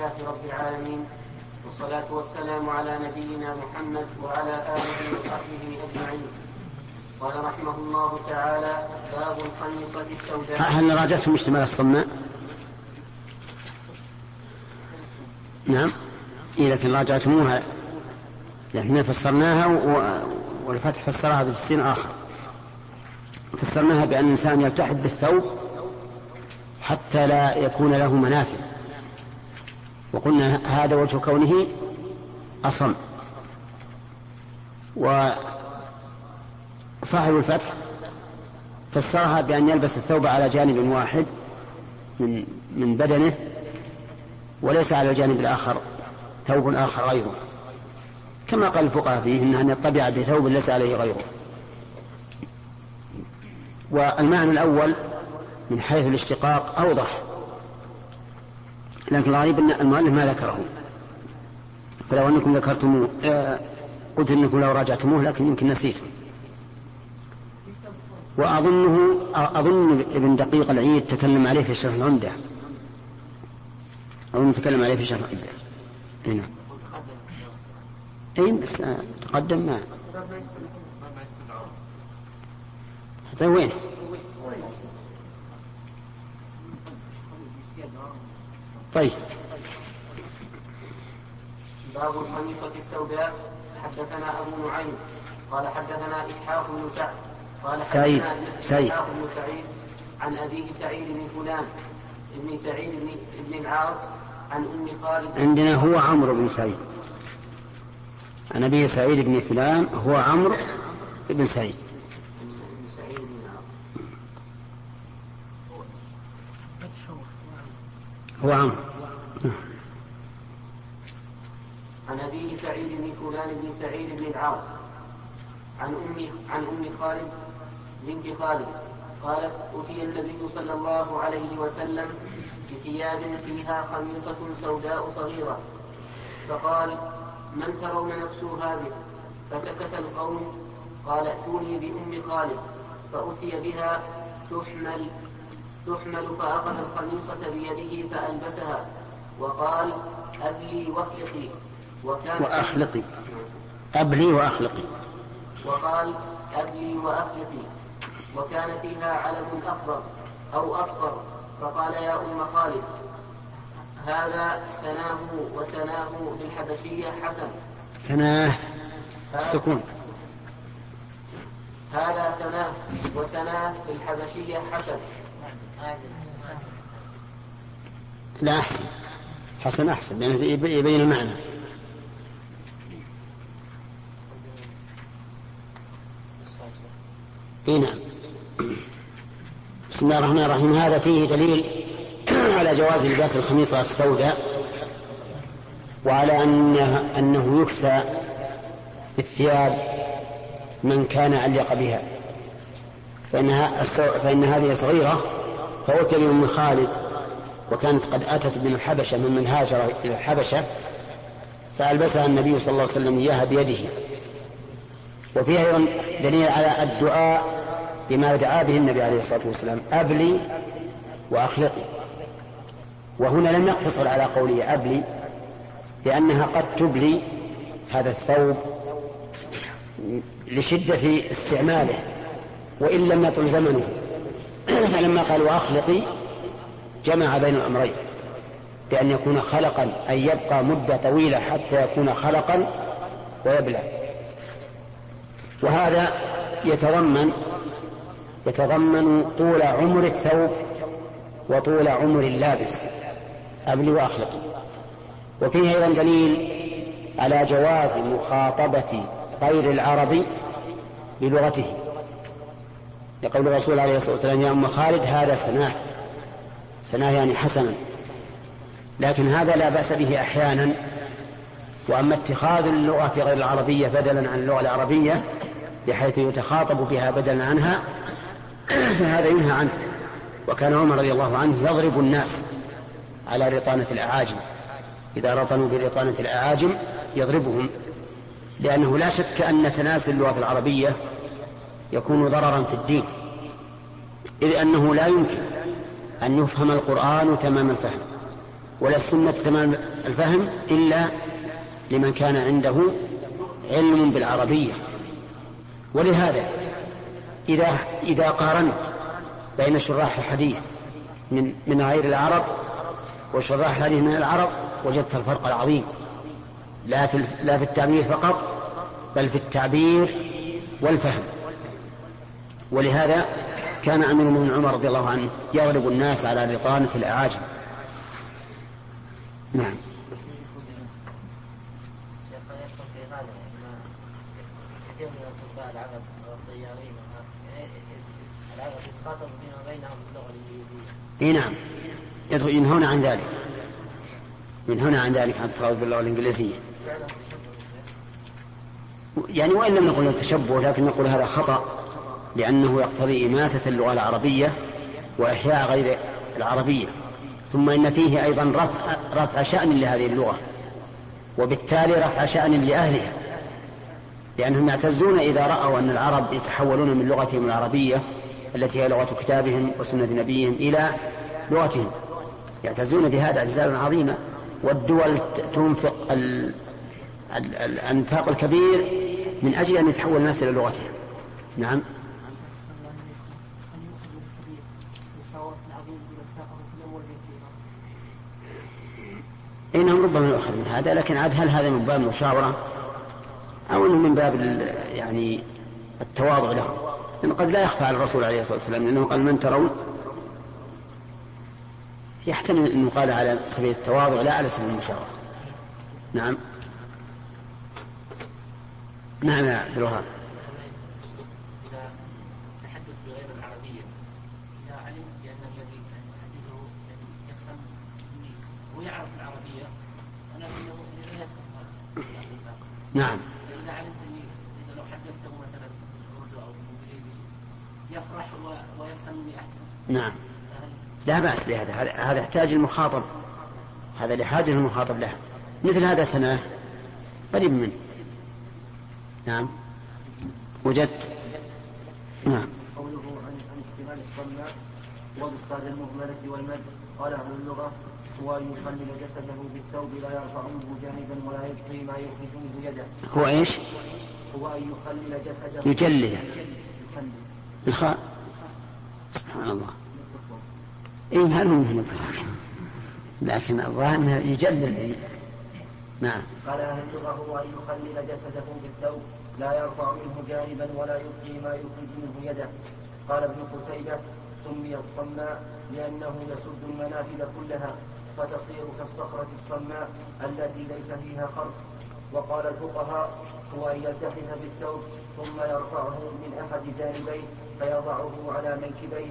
لله رب العالمين، والصلاة والسلام على نبينا محمد وعلى آله وصحبه أجمعين. قال رحمه الله تعالى: باب الخميصة السوداء. هل راجعتم اشتمال الصماء؟ نعم، لكن راجعتموها، لكن فسرناها والفتح فسرها بتفسير آخر. فسرناها بأن الإنسان يلتحف بالثوب حتى لا يكون له منافع، وقلنا هذا وجه كونه أصم. وصاحب الفتح فسرها بأن يلبس الثوب على جانب واحد من بدنه، وليس على الجانب الآخر ثوب آخر غيره، كما قال الفقهاء فيه أن يطبع بثوب ليس عليه غيره. والمعنى الأول من حيث الاشتقاق أوضح، لكن الغريب أن المؤلف ما ذكره، فلو أنكم ذكرتموه قلت أنكم لو راجعتموه، لكن يمكن نسيتم. وأظن ابن دقيق العيد تكلم عليه في شرح العمدة، أو نتكلم عليه في شرح العمدة هنا. أي بس تقدم ما حتى وين؟ طيب. باب الخميصة السوداء. حدثنا أبو نعيم قال حدثنا إسحاق بن سعد قال سعيد إسحاق بن سعيد عن أبيه سعيد بن فلان ابن سعيد بن العاص عن أم خالد. عندنا هو عمرو بن سعيد، عن أبيه سعيد بن فلان هو عمرو بن سعيد. هو عمرو. عن أبيه سعيد بن فلان بن سعيد بن العاص عن أم خالد بنت خالد قالت: أتي النبي صلى الله عليه وسلم بثياب فيها خميصة سوداء صغيرة، فقال: من ترون نفسه هذه؟ فسكت القوم. قال: ائتوني بأم خالد. فأتي بها تحمل فأخذ الخميصة بيده فألبسها وقال: أبلي واخلقي. وقال: أبلي وأخلقي. وكان فيها علم أخضر أو أصفر، فقال: يا أم خالد، هذا سناه وسناه للحبشية حسن. سناه السكون. هذا سناه وسناه للحبشية حسن. لا، أحسن، حسن أحسن، لأنه يبين المعنى. نعم. بسم الله الرحمن الرحيم. هذا فيه دليل على جواز لباس الخميصة السوداء، وعلى أنه يكسى بالثياب من كان علق بها، فإن هذه صغيرة، فأتي من خالد، وكانت قد أتت من الحبشة ممن هاجر إلى الحبشة، فألبسها النبي صلى الله عليه وسلم إياها بيده. وفيها أيضا دليل على الدعاء بما دعا به النبي عليه الصلاة والسلام: أبلي وأخلقي. وهنا لم يقتصر على قوله أبلي، لأنها قد تبلي هذا الثوب لشدة استعماله وإن لم يطل زمنه، فلما قال وأخلقي جمع بين الأمرين، بأن يكون خلقا أي يبقى مدة طويلة حتى يكون خلقا ويبلى. وهذا يتضمن طول عمر الثوب وطول عمر اللابس، أبلي وأخلقي. وفيه أيضا دليل على جواز مخاطبة غير العربي بلغته، لقول الرسول عليه الصلاة والسلام: يا أم خالد، هذا سناه يعني حسنا. لكن هذا لا بأس به أحيانا. وأما اتخاذ اللغة غير العربية بدلا عن اللغة العربية بحيث يتخاطب بها بدلا عنها، فهذا ينهى عنه. وكان عمر رضي الله عنه يضرب الناس على رطانة الأعاجم، إذا رطنوا برطانة الأعاجم يضربهم، لأنه لا شك أن تناسل اللغة العربية يكون ضررا في الدين، إذ أنه لا يمكن أن يفهم القرآن تمام الفهم، ولا السنة تمام الفهم إلا لمن كان عنده علم بالعربية. ولهذا إذا قارنت بين شراح الحديث من غير العرب وشراح الحديث من العرب وجدت الفرق العظيم، لا في التعبير فقط بل في التعبير والفهم. ولهذا كان أمير المؤمنين عمر رضي الله عنه يغلب الناس على بطانة الأعاجم. نعم. كثير من أطباء العرب والطيارين العرب يتخاطب فيما بينهم باللغة الإنجليزية. نعم، ينهون عن ذلك عن التخاطب باللغة الإنجليزية. يعني وإن لم نقل التشبه لكن نقول هذا خطأ، لأنه يقتضي إماتة اللغة العربية وإحياء غير العربية، ثم إن فيه أيضا رفع شأن لهذه اللغة، وبالتالي رفع شأن لأهلها، لأنهم يعتزون إذا رأوا أن العرب يتحولون من لغتهم العربية التي هي لغة كتابهم وسنة نبيهم إلى لغتهم، يعتزون بهذا اعتزازا عظيما. والدول تنفق الأنفاق الكبير من أجل أن يتحول الناس إلى لغتهم. نعم. إنهم ربما يؤخذ من هذا، لكن عاد هل هذا من باب المشاورة أو أنه من باب يعني التواضع لهم؟ لأن قد لا يخفى على الرسول عليه الصلاة والسلام لأنه قال من ترون، يحتمل أن يقال على سبيل التواضع لا على سبيل المشاورة. نعم. نعم يا عبد الوهاب. إذا تحدث بغير العربية، إذا علم بأن الذي يحدثه يفهم ويعرف العربية ولكنه لا يفهم. نعم. إذا علمت إذا لو حدثته مثلا بالأردو أو بالإنجليزي يفرح ويفهمني أحسن. نعم. لا بأس بهذا، هذا يحتاج المخاطب، هذا لحاجة المخاطب له، مثل هذا سنة قريب منه. نعم. وجدت. نعم. قوله عن اشتمال الصلاة وبالصاد المهملة والمد. قال أهل اللغة هو أن يخلل جسده بالثوب لا يرفع منه جانبا ولا يبقي ما يخرج منه يده. هو ايش؟ هو أن يخلل جسده. يجلل. الخاء. سبحان الله. إيه هل هم من الظاهر، لكن الظاهر أنه يجلل. نعم. قال أهل اللغة هو أن يخلل جسده بالثوب لا يرفع منه جانبا ولا يبقي ما يخرج منه يده. قال ابن قتيبة سميت صماء لأنه يسد المنافذ كلها فتصير كالصخرة الصماء التي ليس فيها خرق. وقال الفقهاء هو أن يلتحف بالثوب ثم يرفعه من أحد جانبيه فيضعه على منكبيه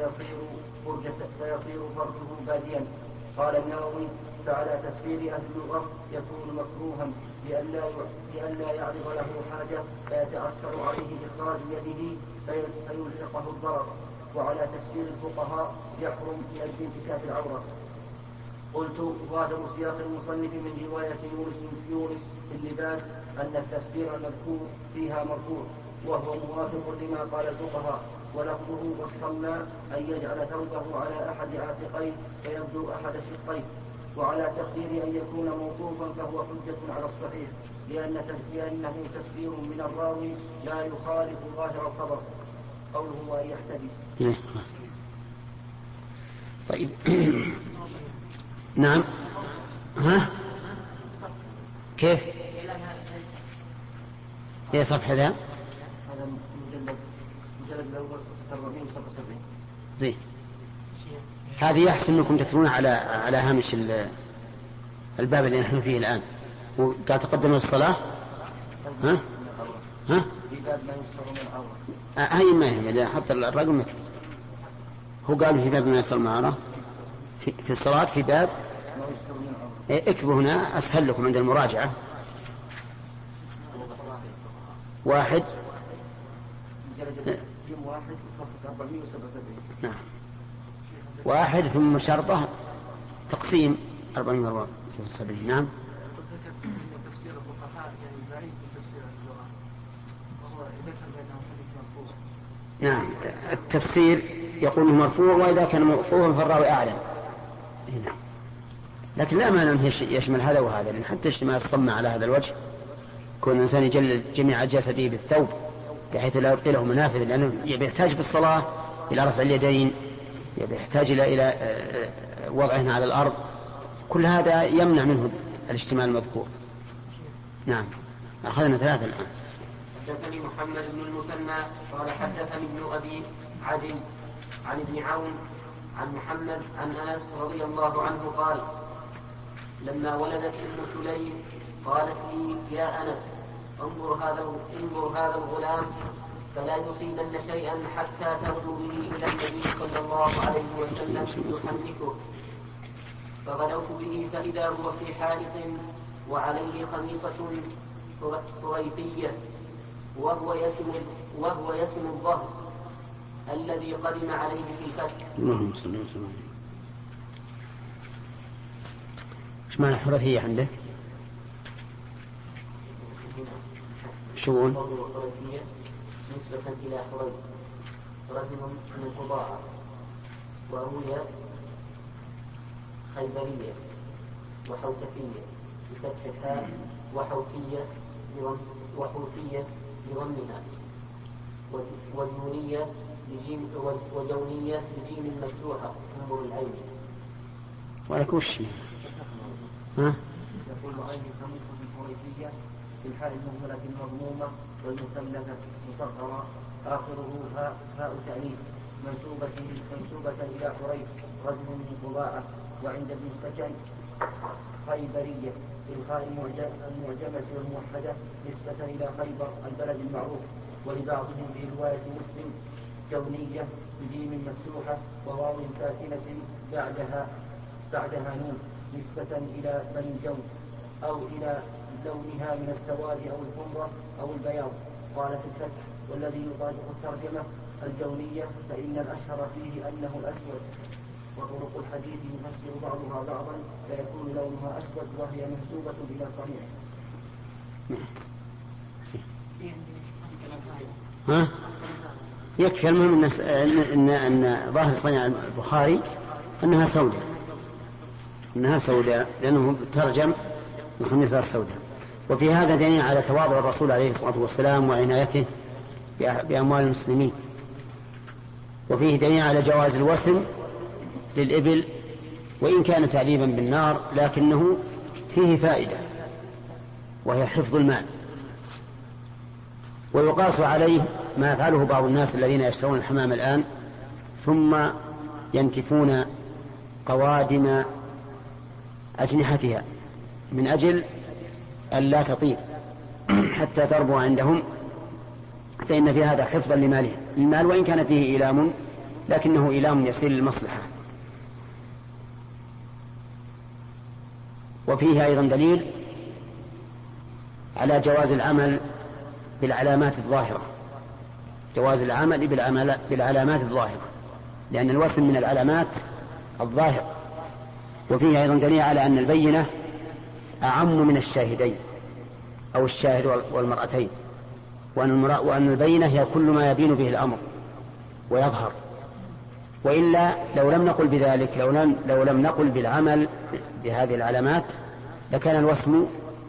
فيصير فرجه باديا. قال النووي فعلى تفسير أهل اللغة يكون مكروها لئلا يعرض له حاجة فيتأثر عليه إخراج يده فيلحقه الضرر. وعلى تفسير الفقهاء يحرم لأجل انكشاف العورة. قلت ظاهر سياق المصنف من رواية يونس في اللباس أن التفسير المذكور فيها مرفوع وهو موافق لما قال الفقهاء. ولفظه والصلاة أن يجعل ثوبه على أحد عاتقيه فيبدو أحد شقيه. وعلى تقدير أن يكون موقوفا فهو حجة على الصحيح لأنه تفسير من الراوي لا يخالف ظاهر الخبر. قوله وأن يحتدي. طيب. نعم. ها كيف هي صفحة ذا؟ هذا مجلد الأول 477. زين. هذه يحسن أنكم تكتبون على هامش الباب اللي نحن فيه الآن. وقال تقدم الصلاة. ها في باب ما يفسر من العورة. هاي ما يهم إذا حط الرقم مكتوب. هو قال في باب ما يفسر من العورة في الصلاة في باب ما يفسر من العورة. اكتبوا هنا أسهل لكم عند المراجعة. واحد. جيم واحد صفحة 477. نعم. واحد ثم شرطه تقسيم 474. نعم. تفسير الفقهاء يعني بعيد من تفسير اللغة وهو إذا كان بينهم حديث مرفوع. نعم. التفسير يقول مرفوع وإذا كان موقوفا فالراوي أعلم. نعم. لكن لا مانع أنه يشمل هذا وهذا، لأن حتى اشتمال الصمة على هذا الوجه كون الإنسان يجلل جميع جسده بالثوب بحيث لا يبقي له منافذ، لأنه يحتاج بالصلاة إلى رفع اليدين، يحتاج إلى وضعهن على الأرض، كل هذا يمنع منه الاشتمال المذكور. نعم. أخذنا 3 الآن. حدثني محمد بن المثنى قال حدثني ابن أبي عدي عن ابن عون عن محمد عن أنس رضي الله عنه قال لما ولدت ام سليم قالت لي يا أنس انظر هذا الغلام فلا يصيبن شيئا حتى تغدو به إلى النبي صلى الله عليه وسلم يحنكه. فغدوت به فإذا هو في حائط وعليه خميصة طريفية وهو يسم الظهر الذي قدم عليه في الفتح. اللهم صل وسلم. ايش معنى حرثية عنده؟ شؤون حرثية نسبة إلى حريث رجل من قضاعة، وهي خيبرية وحوثية بفتح الحاء وحوثية بضمها وجونية بجيم مفتوحة انظر العين. ولك وش ها؟ يقول عين خميصة حريثية في الحال المهملة المضمومة والمثلثة مصغرة آخره هاء تأنيث منسوبة إلى حريث رجل من قضاعة، وعند ابن السكن خيبرية بالخاء المعجمة والموحدة نسبة إلى خيبر البلد المعروف، ولبعضهم في رواية مسلم جونية بجيم مفتوحة وواو ساكنة بعدها نون نسبة إلى بني الجون أو إلى لونها من السواد أو الحمرة أو البياض. قال في الفتح والذي يطابق الترجمة الجونية فإن الأشهر فيه أنه الأسود، وطرق الحديث يفسر بعضها بعضا فيكون لونها أسود وهي منسوبة إلى صريح. ها؟ يكفي المهم أن ظاهر صنيع البخاري أنها سوداء لأنه ترجم الخميصة السوداء. وفي هذا دليل على تواضع الرسول عليه الصلاة والسلام وعنايته بأموال المسلمين، وفيه دليل على جواز الوسم للإبل وإن كان تعذيبا بالنار، لكنه فيه فائدة وهي حفظ المال. ويقاس عليه ما يفعله بعض الناس الذين يشترون الحمام الآن ثم ينتفون قوادم أجنحتها من أجل أن لا تطير حتى تربو عندهم، فإن في هذا حفظا لماله المال وإن كان فيه إيلام، لكنه إيلام يسير للمصلحة. وفيه أيضا دليل على جواز العمل بالعلامات الظاهرة، جواز العمل بالعلامات الظاهرة، لأن الوسم من العلامات الظاهرة. وفيه أيضا دليل على أن البينة أعم من الشاهدين أو الشاهد والمرأتين، وأن البينة هي كل ما يبين به الأمر ويظهر. وإلا لو لم نقل بذلك، لو لم نقل بالعمل بهذه العلامات لكان الوسم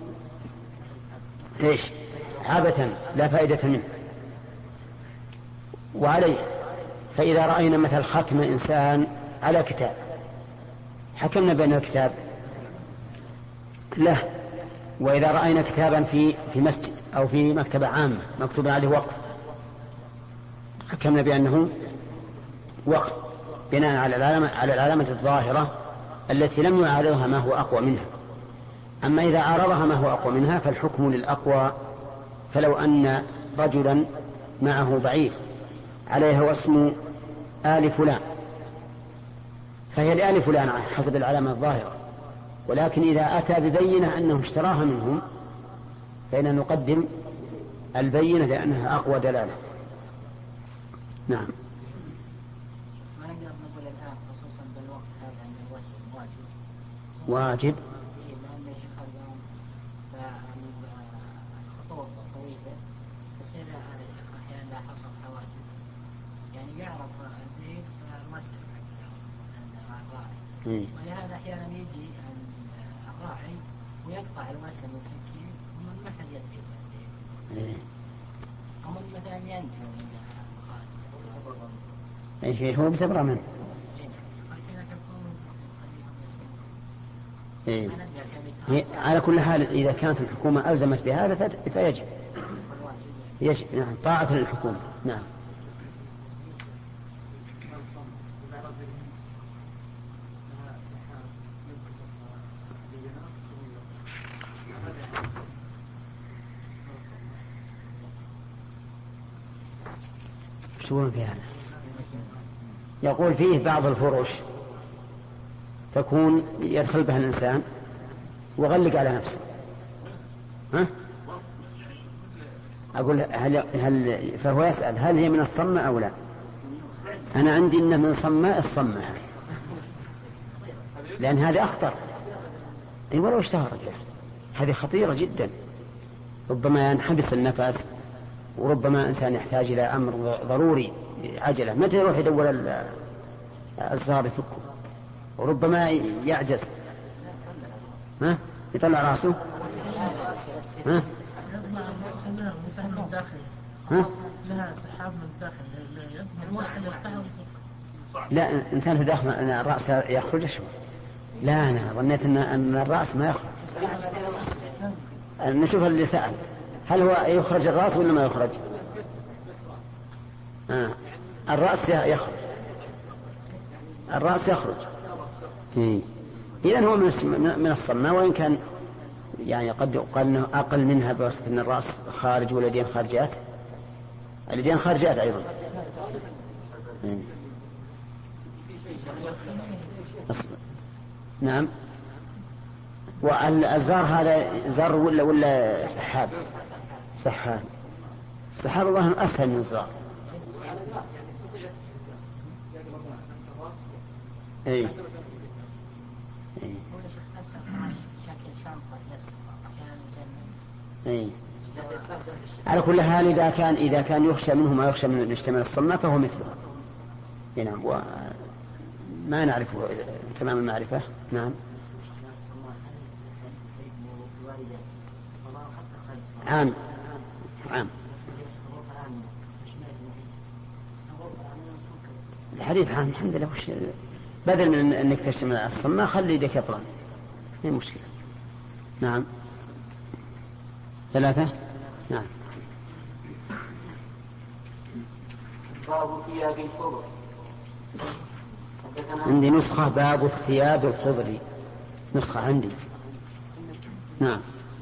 عبثا لا فائدة منه. وعليه فإذا رأينا مثل ختم إنسان على كتاب حكمنا بأن الكتاب له، وإذا رأينا كتابا في مسجد أو في مكتبة عامة مكتوب عليه وقف حكمنا بأنه وقف بناء على العلامة الظاهرة التي لم يعارضها ما هو أقوى منها. أما إذا عارضها ما هو أقوى منها فالحكم للأقوى. فلو أن رجلا معه بعير عليها واسم آل فلان فهي لآل فلان حسب العلامة الظاهرة، ولكن إذا أتى ببينة أنه اشتراها منهم فإن نقدم البينة لأنها أقوى دلالة. نعم. ما نقدر نقول الآن خصوصا بالوقت هذا أن الوسم واجب لأن الشيخ اليوم الخطوط الطويلة تصير على الشيخ أحيانا لا حصل حواجز، يعني يعرف البيت المسجد ولهذا أحيانا يجي يقطع الوسم والتمكين ومن ما حد يدري ومن مثلا ينجو من المخالف. ايش هو بتبرأ منه. على كل حال إذا كانت الحكومة ألزمت بهذا فيجب نعم طاعة للحكومة. نعم. شو في هذا؟ يقول فيه بعض الفروش تكون يدخل بها الإنسان وغلق على نفسه. ها؟ أقول فهو يسأل هل هي من الصمة أو لا؟ أنا عندي إنه من صماء الصمة، لأن هذه أخطر. ولو اشتهرت هذه خطيرة جدا، ربما ينحبس النفس، وربما إنسان يحتاج إلى أمر ضروري عجلة، متى يروح يدور الزهر يفكه، وربما يعجز. ها؟ يطلع راسه. ها؟ ها؟ لها سحاب من الداخل لا، إنسان في داخل الرأس يخرج شو؟ لا، أنا ظنيت أن الرأس ما يخرج. نشوف اللي سأل هل هو يخرج الرأس ولا ما يخرج؟ الرأس يخرج. الرأس يخرج. إذن هو من الصمة، وإن كان يعني قد يقال أنه أقل منها بواسطة أن الرأس خارج واليدين خارجات. اليدين خارجات أيضا. نعم. والزار هذا زر ولا سحاب؟ سحاب. السحاب الله أسهل من الزار. اي على كل حال إذا كان يخشى منه ما يخشى من يشتمل الصماء فهو مثله. نعم. وما نعرف تمام المعرفة. نعم. عام. الحديث عام الحمد لله. بدل من أنك تشتمل الصماء خلي يدك يطلع، ما مشكلة. نعم. 3. نعم. باب ثياب الخضر. عندي نسخة باب الثياب الخضر، نسخة عندي. نعم.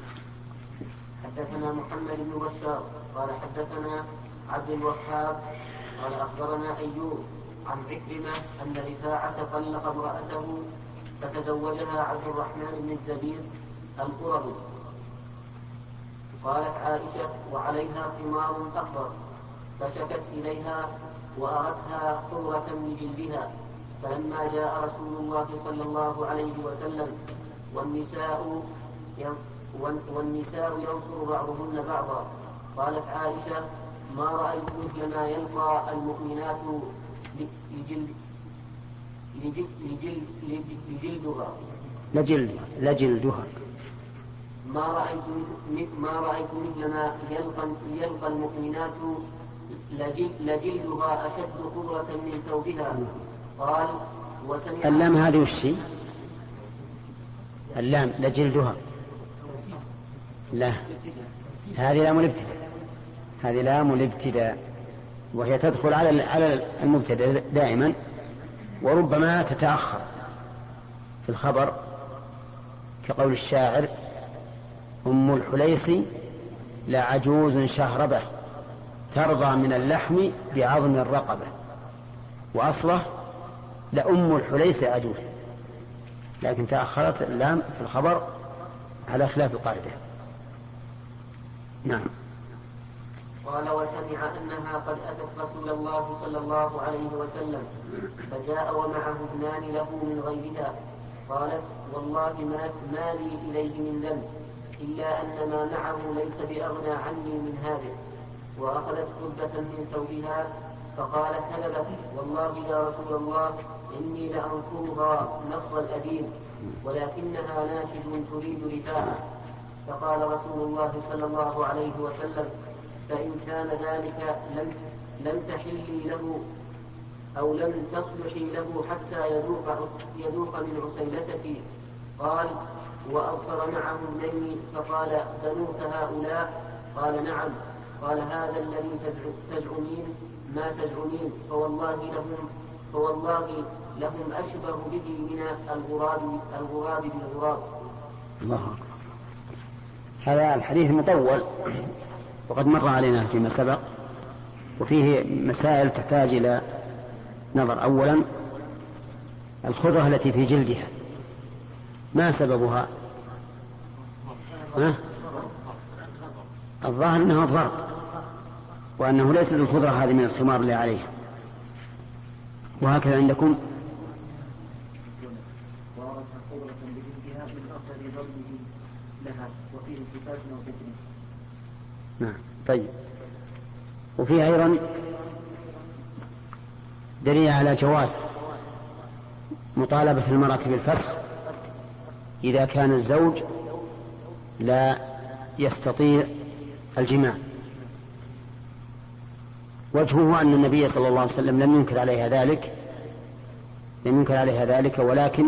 حدثنا محمد بن بشار قال حدثنا عبد الوهاب قال أخبرنا أيوب عن عكرمة أن رفاعة طلق امرأته فتزوجها عبد الرحمن بن الزبير القرظي. قالت عائشة وعليها خمار أخضر، فشكت إليها وأردتها حرة من جلدها، فلما جاء رسول الله صلى الله عليه وسلم والنساء ينصر بعضهن بعضا، قالت عائشة ما رأيت مثل ما يلقى المؤمنات لجلدها ما رأيت مثل ما يلقى المؤمنات لجلدها أشد قدرة من ثوبها. قال وسمع اللام هذه والشيء اللام لجلدها، لا هذه لام الابتداء، هذه لام الابتداء، وهي تدخل على المبتدأ دائما، وربما تتأخر في الخبر، كقول الشاعر أم الحليس لعجوز شهربة ترضى من اللحم بعظم الرقبة، وأصله لأم الحليس عجوز، لكن تأخرت اللام في الخبر على خلاف القاعدة. نعم. قال وسمع أنها قد أتت رسول الله صلى الله عليه وسلم فجاء ومعه ابنان له من غيرها، قالت والله ما لي إليه من ذنب إلا أن ما معه ليس بأغنى عني من هذه، وأخذت كبة من ثوبها فقالت هلبت والله يا رسول الله إني لأنفرها نفر الأديم ولكنها ناشد تريد رفاعة، فقال رسول الله صلى الله عليه وسلم: فإن كان ذلك لم تحلي له أو لم تصلحي له حتى يذوق من عسيلتك. قال: وأبصر معه ابنين فقال: بنوك هؤلاء؟ قال: نعم. قال: هذا الذي تزعمين ما تزعمين، فوالله لهم أشبه به من الغراب بالغراب. الله أكبر. هذا الحديث مطول وقد مر علينا فيما سبق، وفيه مسائل تحتاج إلى نظر. أولا، الخضرة التي في جلدها ما سببها؟ الظاهر أنها الضرب، وأنه ليست الخضرة هذه من الخمار اللي عليها. وهكذا عندكم نعم. طيب، وفيه أيضا دليل على جواز مطالبة المرأة بالفسخ إذا كان الزوج لا يستطيع الجماع. وجهه أن النبي صلى الله عليه وسلم لم ينكر عليها ذلك، ولكن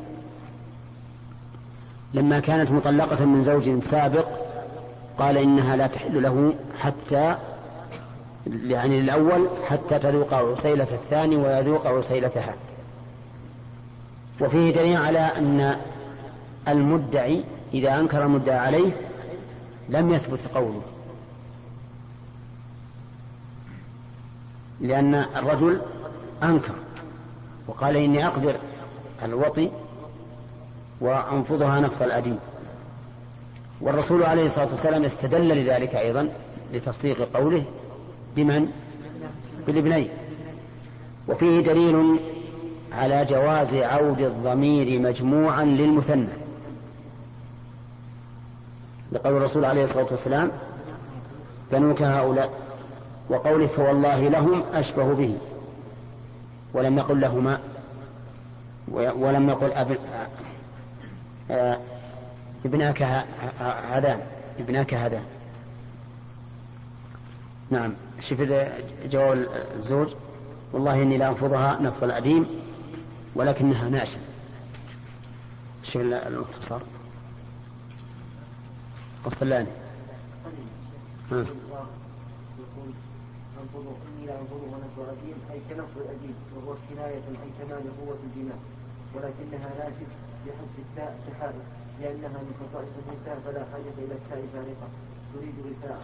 لما كانت مطلقة من زوج سابق قال إنها لا تحل له حتى، يعني الأول، حتى تذوق عسيلة الثاني ويذوق عسيلتها. وفيه دليل على أن المدعي إذا أنكر المدعى عليه لم يثبت قوله، لأن الرجل أنكر وقال إني أقدر الوطي وأنفضها نفض الأديم. والرسول عليه الصلاة والسلام استدل لذلك أيضا لتصديق قوله بمن؟ بالابنين. وفيه دليل على جواز عود الضمير مجموعا للمثنى، لقول الرسول عليه الصلاة والسلام: بنوك هؤلاء، وقوله: فوالله لهم أشبه به، ولم يقل لهما، ولم يقل ابناك هذان. نعم. شوف جواب الزوج: والله إني لا أنفضها نفض الأديم ولكنها ناشز. شوف المختصر قسطلاني. إني لا أنفضها نفض الأديم أي كنفض الأديم، وهو كناية أي كمال قوة الجماع، ولكنها ناشز بحذف التاء تحالف، لأنها من خصائص النساء فلا حاجة إلى التاء فارقة تريد الفاء.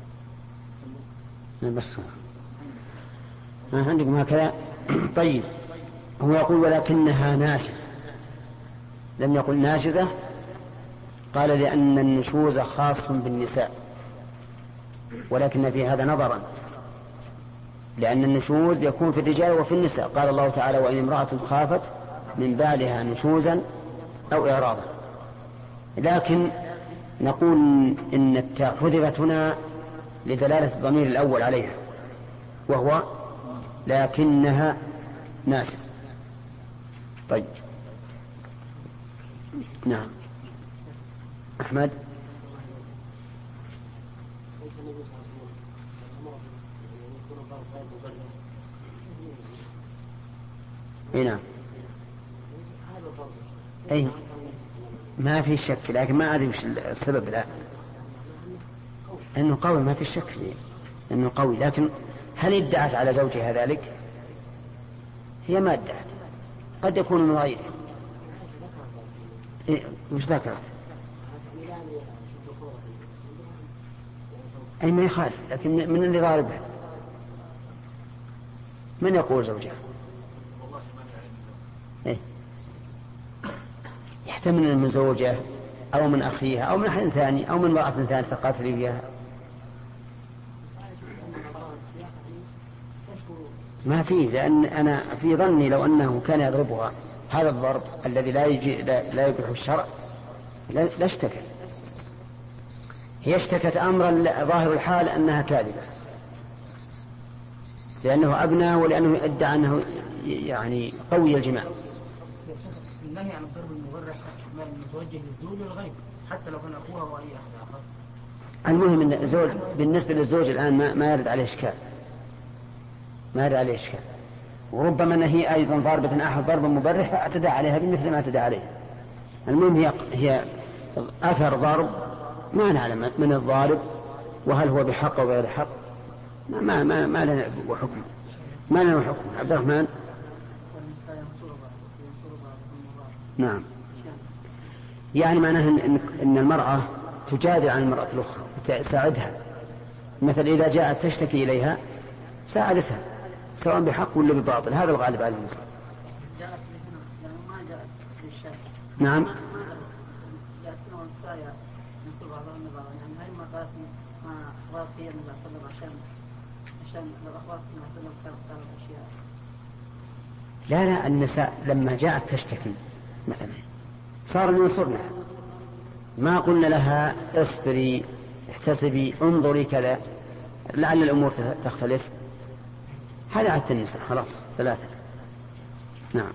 بس عندكم هكذا. طيب، هو يقول ولكنها ناشزة، لم يقل ناشزة. قال لأن النشوز خاص بالنساء، ولكن في هذا نظرا، لأن النشوز يكون في الرجال وفي النساء. قال الله تعالى: وإن امرأة خافت من بالها نشوزا أو إعراضا. لكن نقول إن التاء حذفت هنا لدلالة الضمير الأول عليها، وهو لكنها ناشزة. طيب، نعم. أحمد. نعم. أي ما في شك، لكن ما أدري وش السبب الآن. أنه قوي، ما في شك فيه أنه قوي، لكن هل ادعت على زوجها ذلك؟ هي ما ادعت، قد يكون من غيره. مش ذكرت؟ أي ما يخالف، لكن من اللي ضاربها؟ من يقول زوجها؟ إيه؟ يحتمل من زوجه أو من أخيها أو من أحد ثاني أو من امرأة ثانية تقاتل فيها. ما فيه، لأن أنا في ظني لو أنه كان يضربها هذا الضرب الذي لا يبيح الشرع لا اشتكت. هي اشتكت أمرا ظاهر الحال أنها كاذبة، لأنه أبنى ولأنه ادعى أنه يعني قوي الجماع. النهي عن الضرب المبرح متوجه للزوج والغير. حتى لو كان أخوها أو أي أحد آخر. المهم أن الزوج بالنسبة للزوج الآن ما يرد عليه إشكال، ما يرد عليه إشكال، وربما أن هي أيضا ضاربة أحد ضربا مبرح اعتدى عليها بمثل ما اعتدى عليه. المهم هي أثر ضرب ما نعلم من الضارب وهل هو بحق أو غير حق، ما لنا حكم، ما لنا حكم. عبد الرحمن. نعم، يعني معناه إن المرأة تجادل عن المرأة الأخرى وتساعدها، مثل إذا جاءت تشتكي إليها ساعدتها سواء بحق ولا بباطل، هذا الغالب على المسلم. نعم. لا النساء لما جاءت تشتكي مثلا صار ينصرنا، ما قلنا لها اصبري احتسبي انظري كذا لعل الأمور تختلف. هذا عادة النساء خلاص ثلاثة. نعم.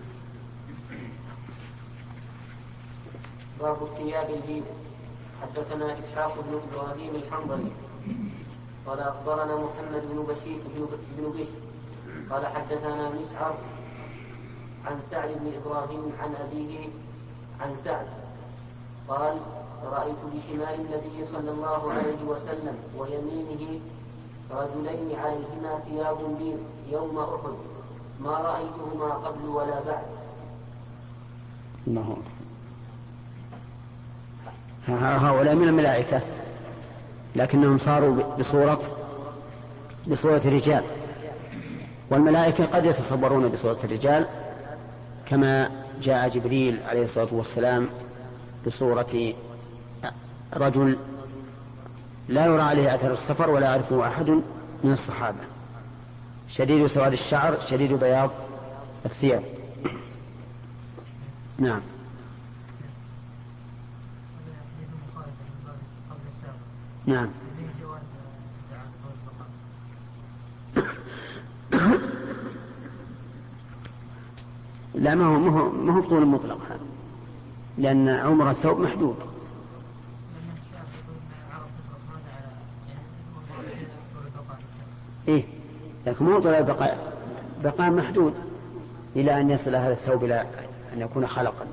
باب الثياب البيض. حدثنا إسحاق بن إبراهيم الحنظلي قال أخبرنا محمد بن بشير بن بشر قال حدثنا مسعر عن سعد بن إبراهيم عن أبيه عن سعد قال رأيت بشمال النبي صلى الله عليه وسلم ويمينه رجلين عليهما ثياب بيض يوم أحد ما رأيتهما قبل ولا بعد. الله. هؤلاء من الملائكة لكنهم صاروا بصورة رجال، والملائكة قد يتصورون بصورة الرجال كما جاء جبريل عليه الصلاة والسلام بصورة رجل لا يرى عليه أثر السفر ولا يعرفه أحد من الصحابة، شديد سواد الشعر شديد بياض الثياب. نعم. نعم. لا ما هو طول مطلق هذا، لأن عمر الثوب محدود. إيه لكن مو طول بقاء محدود إلى أن يصل هذا الثوب إلى أن يكون خلقا،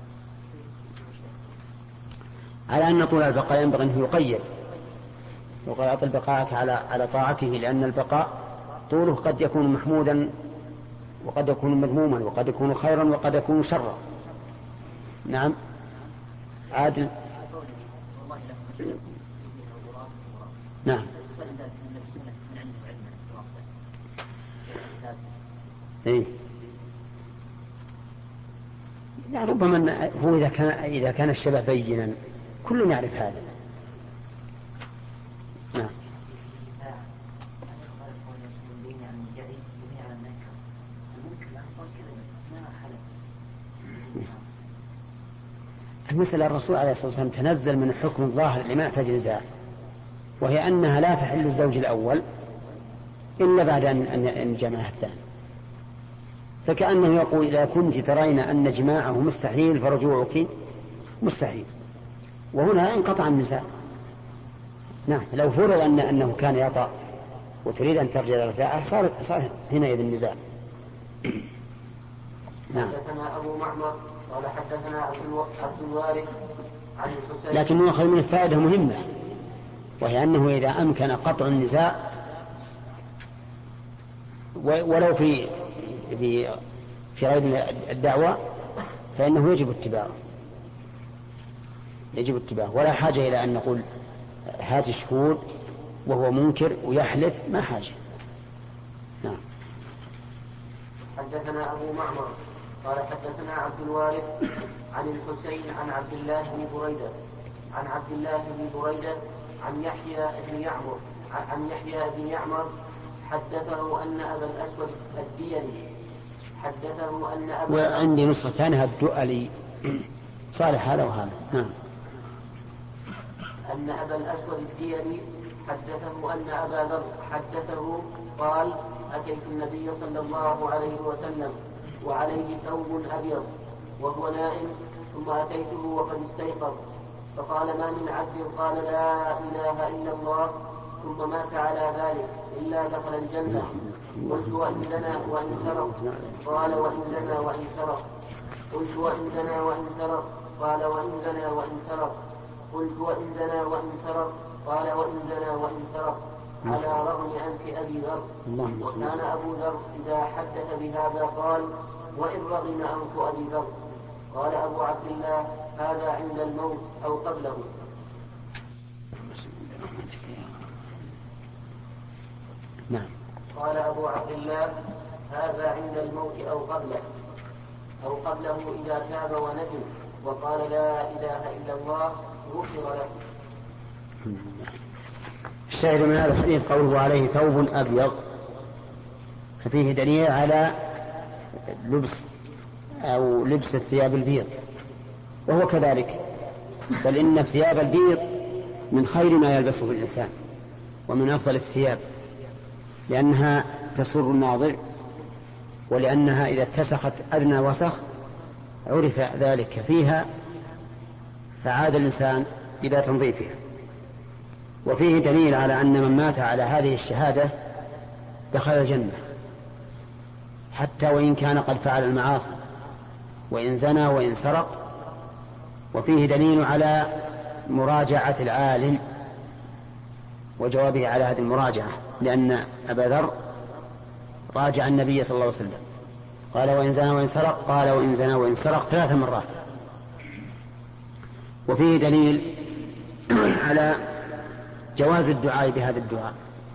على أن طول البقاء ينبغي أن يقيد وقد بقاءك على طاعته، لأن البقاء طوله قد يكون محمودا وقد يكون مذموما وقد يكون خيرا وقد يكون شرا. نعم. عادل. نعم. إيه؟ لا ربما هو إذا كان الشبه بينا كل يعرف هذا. نعم. المسألة الرسول عليه الصلاة والسلام تنزل من الحكم الظاهر لما يحتاج نزاع، وهي أنها لا تحل الزوج الأول إلا بعد أن جمعها الثاني، فكأنه يقول إذا كنت ترين أن جماعه مستحيل فرجوعك مستحيل، وهنا انقطع النزاع. نعم. لو فرض أنه كان يطأ وتريد أن ترجع إلى الرفاعة صار حينئذ النزاع. نعم. حدثنا أبو معمر قال حدثنا عبد الوارث عن الحسين. لكن نأخذ من الفائدة مهمة، وهي أنه إذا أمكن قطع النزاع ولو في غير الدعوة فإنه يجب اتباعه ولا حاجة إلى أن نقول هات الشهود وهو منكر ويحلف، ما حاجة. نعم. حدثنا أبو معمر قال حدثنا عبد الوارث عن الحسين عن عبد الله بن بريدة عن يحيى بن يعمر حدثه أن أبا الأسود الديلي وعندي نسخة ثانية الدؤلي صالح هذا وهذا. نعم. أن أبا الأسود الديلي حدثه أن أبا ذر حدثه قال أتيت النبي صلى الله عليه وسلم وعليه ثوب أبيض وهو نائم، ثم أتيته وقد استيقظ فقال ما من عبد قال لا إله إلا الله ثم مات على ذلك إلا دخل الجنة. قلت وإن زنى وإن سرق؟ قال وإن زنى وإن سرق. قلت وإن زنى وإن سرق؟ قال وإن زنى وإن سرق. قلت وإن زنى وإن سرق؟ قال وإن زنى وإن سرق، على رغم أنف أبي ذر. وكان أبو ذر إذا حدث بهذا قال وإن رغم أنف أبي ذر. قال أبو عبد الله هذا عند الموت أو قبله. نعم. قال أبو عبد الله هذا عند الموت أو قبله إذا تاب وندم وقال لا إله إلا الله غفر له. الشاهد من هذا الحديث قوله عليه ثوب أبيض، ففيه دليل على لبس الثياب البيض، وهو كذلك، بل إن الثياب البيض من خير ما يلبسه الإنسان ومن أفضل الثياب، لأنها تسر الناظر، ولأنها إذا اتسخت أدنى وسخ عرف ذلك فيها فعاد الإنسان إلى تنظيفها. وفيه دليل على أن من مات على هذه الشهادة دخل الجنة حتى وإن كان قد فعل المعاصي، وإن زنى وإن سرق. وفيه دليل على مراجعة العالم وجوابه على هذه المراجعة، لأن أبا ذر راجع النبي صلى الله عليه وسلم قال وإن زنى وإن سرق، قال وإن زنى وإن سرق 3 مرات. وفيه دليل على جواز الدعاء بهذا الدعاء،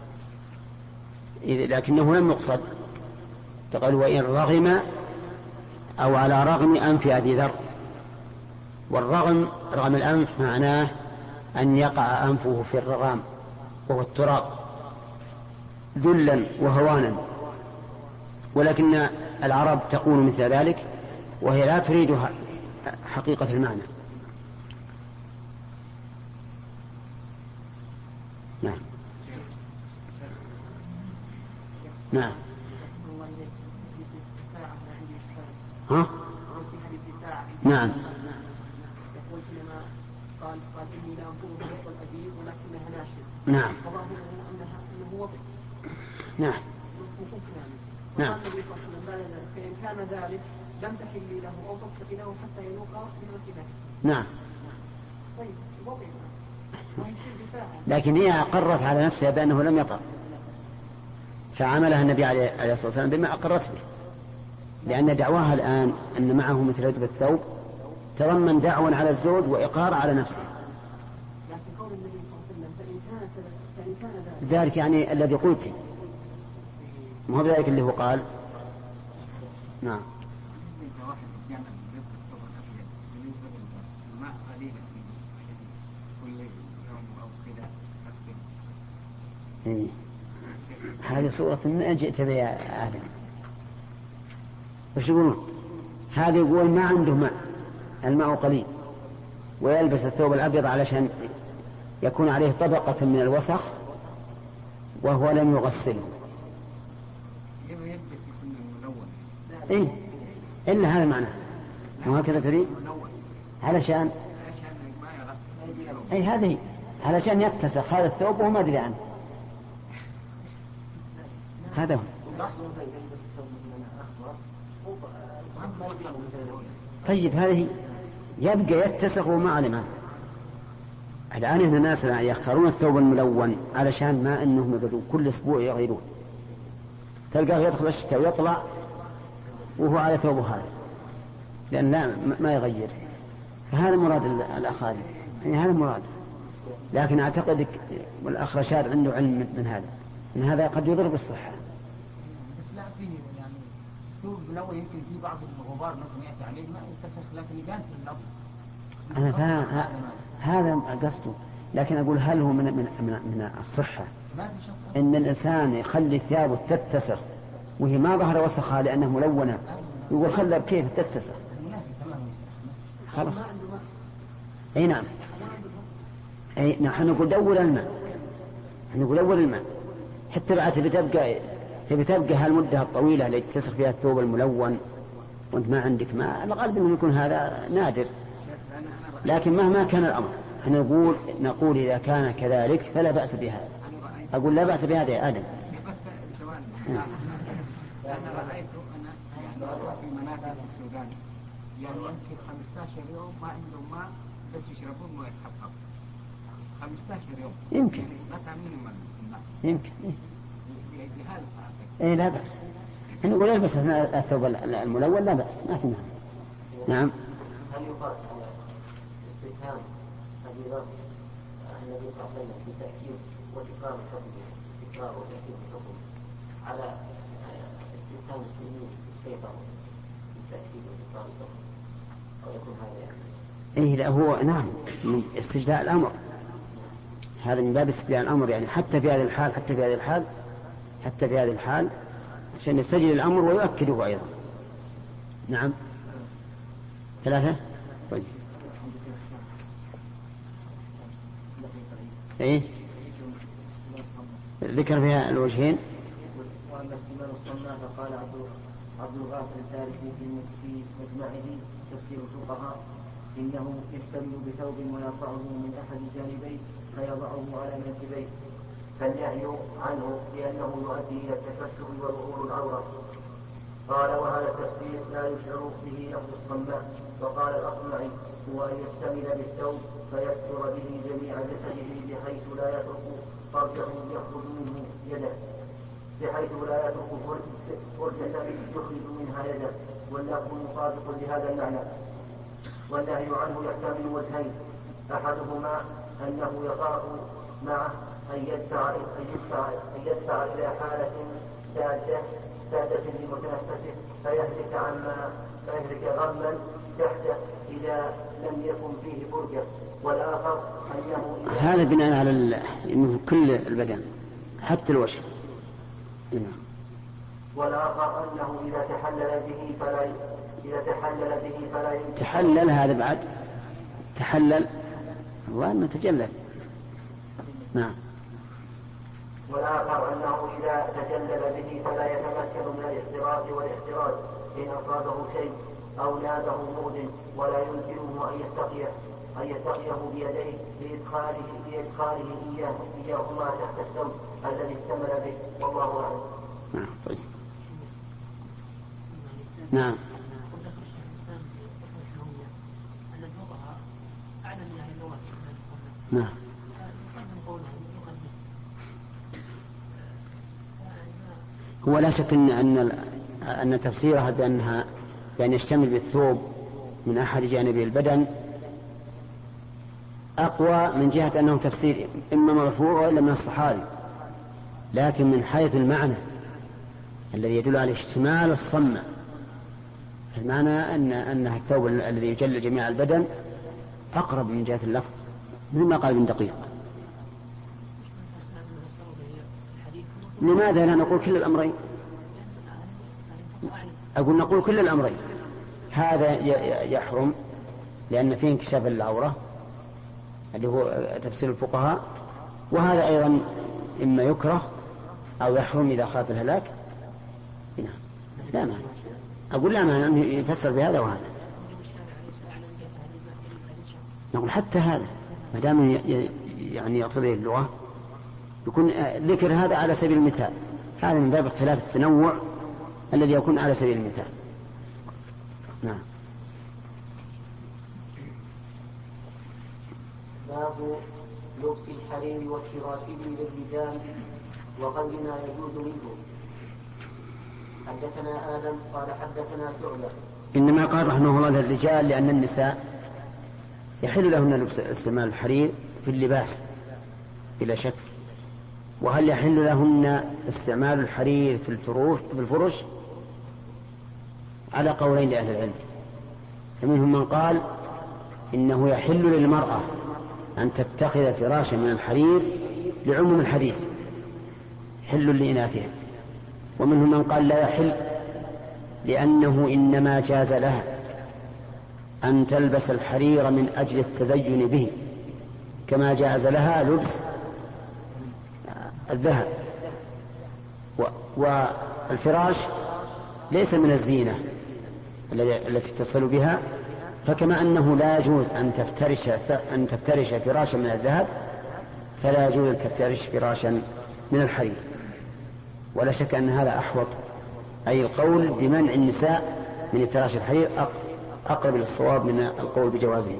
لكنه لم يقصد، تقول وإن رغم أو على رغم أنف أبي ذر. والرغم رغم الأنف معناه أن يقع أنفه في الرغام وهو التراب ذلا وهوانا، ولكن العرب تقول مثل ذلك وهي لا تريد حقيقة المعنى. نعم. نعم. ها؟ نعم. يقول حينما قال إني لا أنظره فوق الأديب ولكنها ناشئة. نعم. وظاهره أنه وضع. نعم. نعم. فإن كان ذلك لم تحل له أو تصدق له حتى يذوق من وسيلته. نعم. طيب وضع. لكن هي أقرت على نفسها بأنه لم يطأ، فعملها النبي عليه الصلاة والسلام بما أقرت به، لأن دعواها الآن أن معه مثل رجب الثوب تضمن دعوى على الزوج وإقرار على نفسه. لكن قول النبي صلى الله عليه وسلم فإن كان ذلك يعني الذي قلت، ما هو بذلك اللي هو قال. نعم. إيه. هذه صورة ما جئت بها يا آدم. وش يقولون؟ هذا يقول ما عنده ماء، الماء قليل، ويلبس الثوب الأبيض علشان يكون عليه طبقة من الوسخ وهو لم يغسله. إيه؟ إلا هذا معناه. وهكذا تريد علشان أي هذه علشان يتسخ هذا الثوب وهو ما أدري عنه. هذا هو. طيب هذه يبقى يتسخ وما علمه. الآن هنا ناس يختارون الثوب الملون علشان ما أنهم يقدرون كل أسبوع يغيرون، تلقاه يدخل الشتاء ويطلع وهو على ثوبه هذا، لأن لا ما يغير. فهذا مراد الأخارج، يعني هذا مراد. لكن أعتقد والأخ رشاد عنده علم من هذا، أن هذا قد يضر بالصحة. بس لا فيه يعني ثوب ملون يمكن فيه بعض الغبار مثلا يأتي عليه ما يتسخ، لكن يبان في الأرض. أنا هذا قصده، لكن أقول هل هو من الصحة إن الإنسان يخلي ثيابه تتسخ وهي ما ظهر وسخها لأنه ملونة، يقول خلها كيف تتسخ؟ خلاص. أي نعم. أي نحن نقول دور الماء، نقول دور الماء حتى بعد بتبقى هالمدة الطويلة اللي تتسخ فيها الثوب الملون وأنت ما عندك ماء. الغالب أنه يكون هذا نادر، لكن مهما كان الأمر نقول إذا كان كذلك فلا بأس بهذا. أقول لا بأس بهذا يا آدم. أنا رأيت أن في مناطق السودان يعني يمكن 15 يوم ما عندهم ماء بس يشربون مويه حقهم 15 يوم يمكن يعني ما تعملون الماء يمكن بهذا إيه لا بأس. نقول البس الثوب الملون لا بأس ما في مانع. نعم. هل يقاس على استتهام أبي ذر النبي صلى الله عليه وسلم بتأكيد وتكرار الحكم تكرار وتأكيد الحكم على استتهام السنين السيطرة بالتأكيد وتكرار الحكم أو يكون هذا يعني؟ إيه لا هو نعم من استجلاء الأمر. هذا من باب استجلاء الأمر يعني حتى في هذه الحال عشان يستجل الأمر ويؤكده أيضا. نعم. 3. طيب. إيه ذكر فيها الوجهين. وأما احتمال الصناع فقال عبد الغافر الثالثي في مجمعه تفسير الفقهاء إنه يشتمل بثوب ويرفعه من أحد الجانبين فيضعه على منكبيه فالنهي عنه لأنه يؤدي إلى التفتح وظهور العورة. قال وهذا التفسير لا يشعر به لفظ الصماء. وقال الأصمعي هو أن يشتمل بالثوب فيستر به جميع جسده بحيث لا يترك فرجه يخرج منه يده بحيث لا يترك فرجة يخرج منها يده واللفظ مطابق لهذا المعنى. والنهي عنه يحتمل وجهين أحدهما أنه يخاف معه أن يدفع إلى حالة سادة لمتنفسه فيهلك غما تحته إذا لم يكن فيه فرجة. والآخر أنه هذا بناء على إنه كل البدن حتى الوجه. والآخر أنه إذا تحلل به فلا تحلل هذا بعد تحلل الله أنه تجلل. نعم. والآخر أنه إذا تجلل به فلا يتمكن من الاحتراز والاحتراز إن أصابه شيء أو نابه مؤذن ولا يمكنه أن يتقيه بيديه لإدخاله إياهما تحت الثوب الذي اشتمل به والله أعلم. نعم. طيب. نعم. نعم. هو لا شك أن تفسيرها بأنها بأن يشتمل بالثوب من أحد جانبي البدن أقوى من جهة أنه تفسير إما مرفوع وإلا من الصحابي، لكن من حيث المعنى الذي يدل على اشتمال الصمة المعنى أنها الثوب الذي يجل جميع البدن أقرب من جهة اللفظ مما قال ابن دقيق. لماذا لا نقول كل الأمرين؟ أقول نقول كل الأمرين. هذا يحرم لأن فيه انكشاف العورة اللي هو تفسير الفقهاء، وهذا أيضا إما يكره أو يحرم إذا خاف الهلاك. لا معنى. أقول لا معنى أنه يفسر بهذا وهذا. نقول حتى هذا ما دام يعني يقتضي اللغة يكون ذكر هذا على سبيل المثال. هذا من باب اختلاف التنوع الذي يكون على سبيل المثال. نعم. باب لبس الحرير والشراشيب للرجال وقل ما يجوز منه. حدثنا آدم قال حدثنا شعبة. إنما قال رحمه الله للرجال لأن النساء يحل لهن لبس استعمال الحرير في اللباس بلا شك. وهل يحل لهن استعمال الحرير في الفرش؟ على قولين لأهل العلم. فمنهم من قال إنه يحل للمرأة أن تتخذ فراشا من الحرير لعموم الحديث حل لإناثها. ومنهم من قال لا يحل لأنه إنما جاز لها أن تلبس الحرير من أجل التزين به كما جاز لها لبس الذهب. والفراش ليس من الزينة التي تصل بها فكما أنه لا يجوز أن تفترش فراشا من الذهب، فلا يجوز أن تفترش فراشا من الحرير. ولا شك أن هذا أحوط، أي القول بمنع النساء من افتراش الحرير أقرب للصواب من القول بجوازه.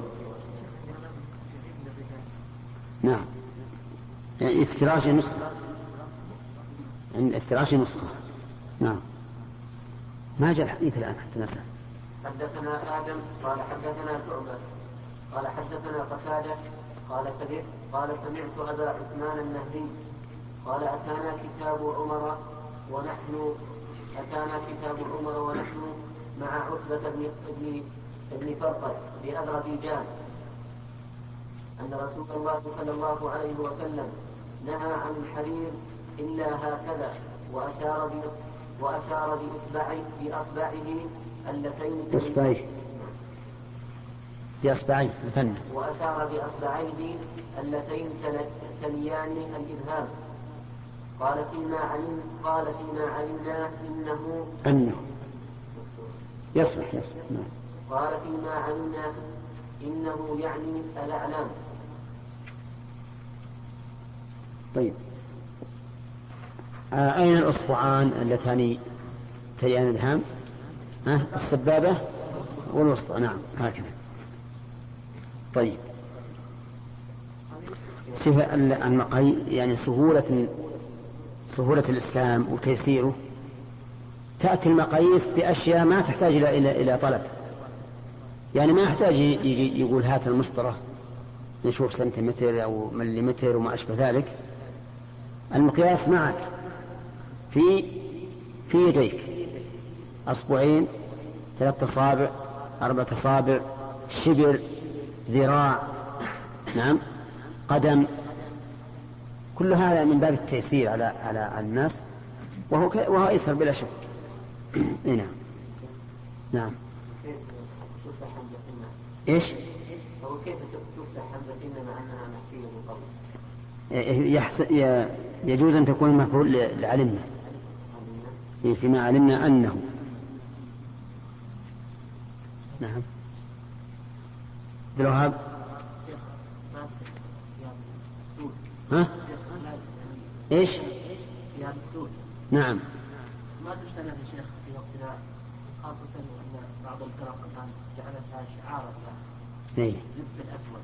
نعم، يعني افتراش نسخة، عند افتراش نسخة. نعم. ما جاء الحديث الآن حتى نسأل. حدثنا آدم قال حدثنا شعبة قال حدثنا قتادة قال سمعت أبا عثمان النهدي قال أتانا كتاب عمر ونحن مع عتبة بن فرقد بأذربيجان أن رسول الله صلى الله عليه وسلم نهى عن الحرير إلا هكذا، وأشار بأصبعه اللتين تليان الإبهام. قال فيما علمنا إنه يصلح. قال فيما علمنا إنه يعني الأعلام. طيب، أين الأصبعان اللتان تليان الإبهام؟ السبابة والوسطى. نعم، هكذا. طيب، صفة المقي يعني سهولة الإسلام وتيسيره. تأتي المقاييس بأشياء ما تحتاج إلى طلب، يعني ما يحتاج يجي يقول هات المسطرة نشوف سنتيمتر أو مليمتر وما أشبه ذلك. المقياس معك في يديك، أصبعين، 3 أصابع، 4 أصابع، شبر، ذراع، نعم، قدم. كل هذا من باب التيسير على الناس، وهو أيسر بلا شك. نعم. نعم. إيش؟ كيف تفتح حمزة إن مع أنها محسية بالقبل؟ يجوز أن تكون مفعول لعلمنا، فيما علمنا أنه. نعم. بالوهاب. إيش؟ نعم. ما تجتمع يا شيخ في وقتنا، خاصة أن بعض الفرق الآن جعلتها شعارا لبس الأسود،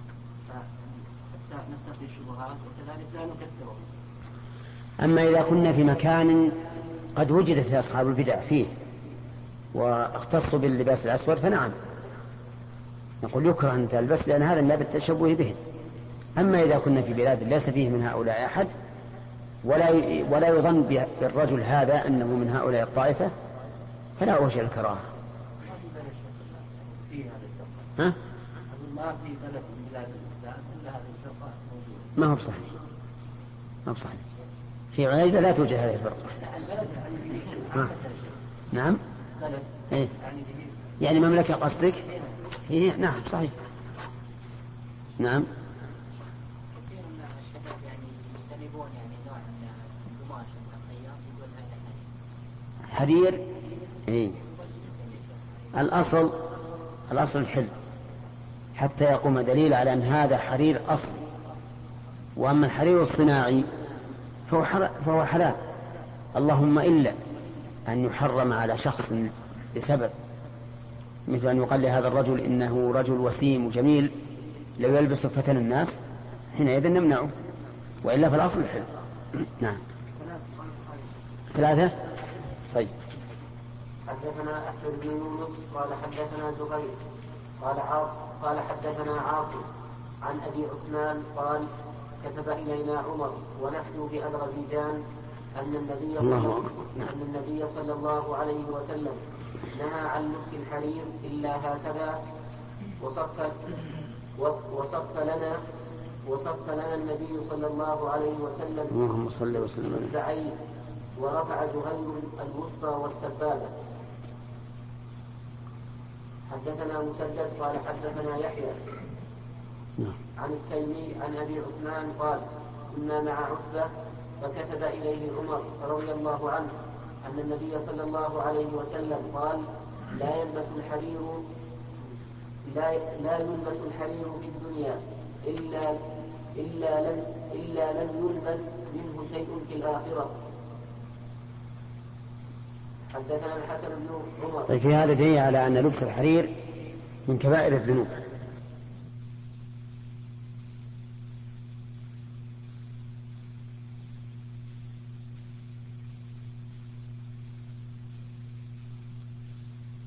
حتى نستخدم الشبهات وكذلك لا نكثره. أما إذا كنا في مكان قد وجدت أصحاب البدع فيه واختصوا باللباس الأسود فنعم نقول يكره أن تلبس، لأن هذا من باب التشبه به. أما إذا كنا في بلاد ليس فيه من هؤلاء أحد ولا يظن بالرجل هذا أنه من هؤلاء الطائفة فلا وجه الكراهة. ها؟ ما في بلد من بلاد الإسلام إلا هذه الفرقة موجودة. ما هو بصحيح. في عنيزة لا توجد هذه الفرقة. نعم. إيه؟ يعني مملكة قصدك؟ إيه نعم صحيح. نعم. كثير من الشباب يعني يجتنبون يعني نوع من القماش الخياط يقول هذا حرير. إيه. الأصل الحل حتى يقوم دليل على أن هذا حرير أصل. وأما الحرير الصناعي فهو حلال، اللهم إلا أن يحرم على شخص لسبب، مثل أن يقال لهذا الرجل إنه رجل وسيم وجميل لو يلبس فتن الناس حينئذ نمنعه، وإلا فالأصل الحل. نعم. 3. طيب. حدثنا أحمد بن يونس قال حدثنا زهير قال حدثنا عاصم عن أبي عثمان قال كتب إلينا عمر ونحن بأذربيجان أن النبي صلى الله عليه وسلم نهى عن لبس الحرير إلا هكذا، وصف لنا النبي صلى الله عليه وسلم اللهم صل وسلم عليه ورفع زهير الوسطى والسبابة. حدثنا مسدد قال حدثنا يحيى عن التيمي عن أبي عثمان قال كنا مع عتبة فكتب إليه عمر رضي الله عنه أن النبي صلى الله عليه وسلم قال لا يلبس الحرير لا يلبس الحرير في الدنيا إلا لم يلبس منه شيء في الآخرة. حدثنا الحسن بن عمر. طيب في هذا دليل على أن لبس الحرير من كبائر الذنوب.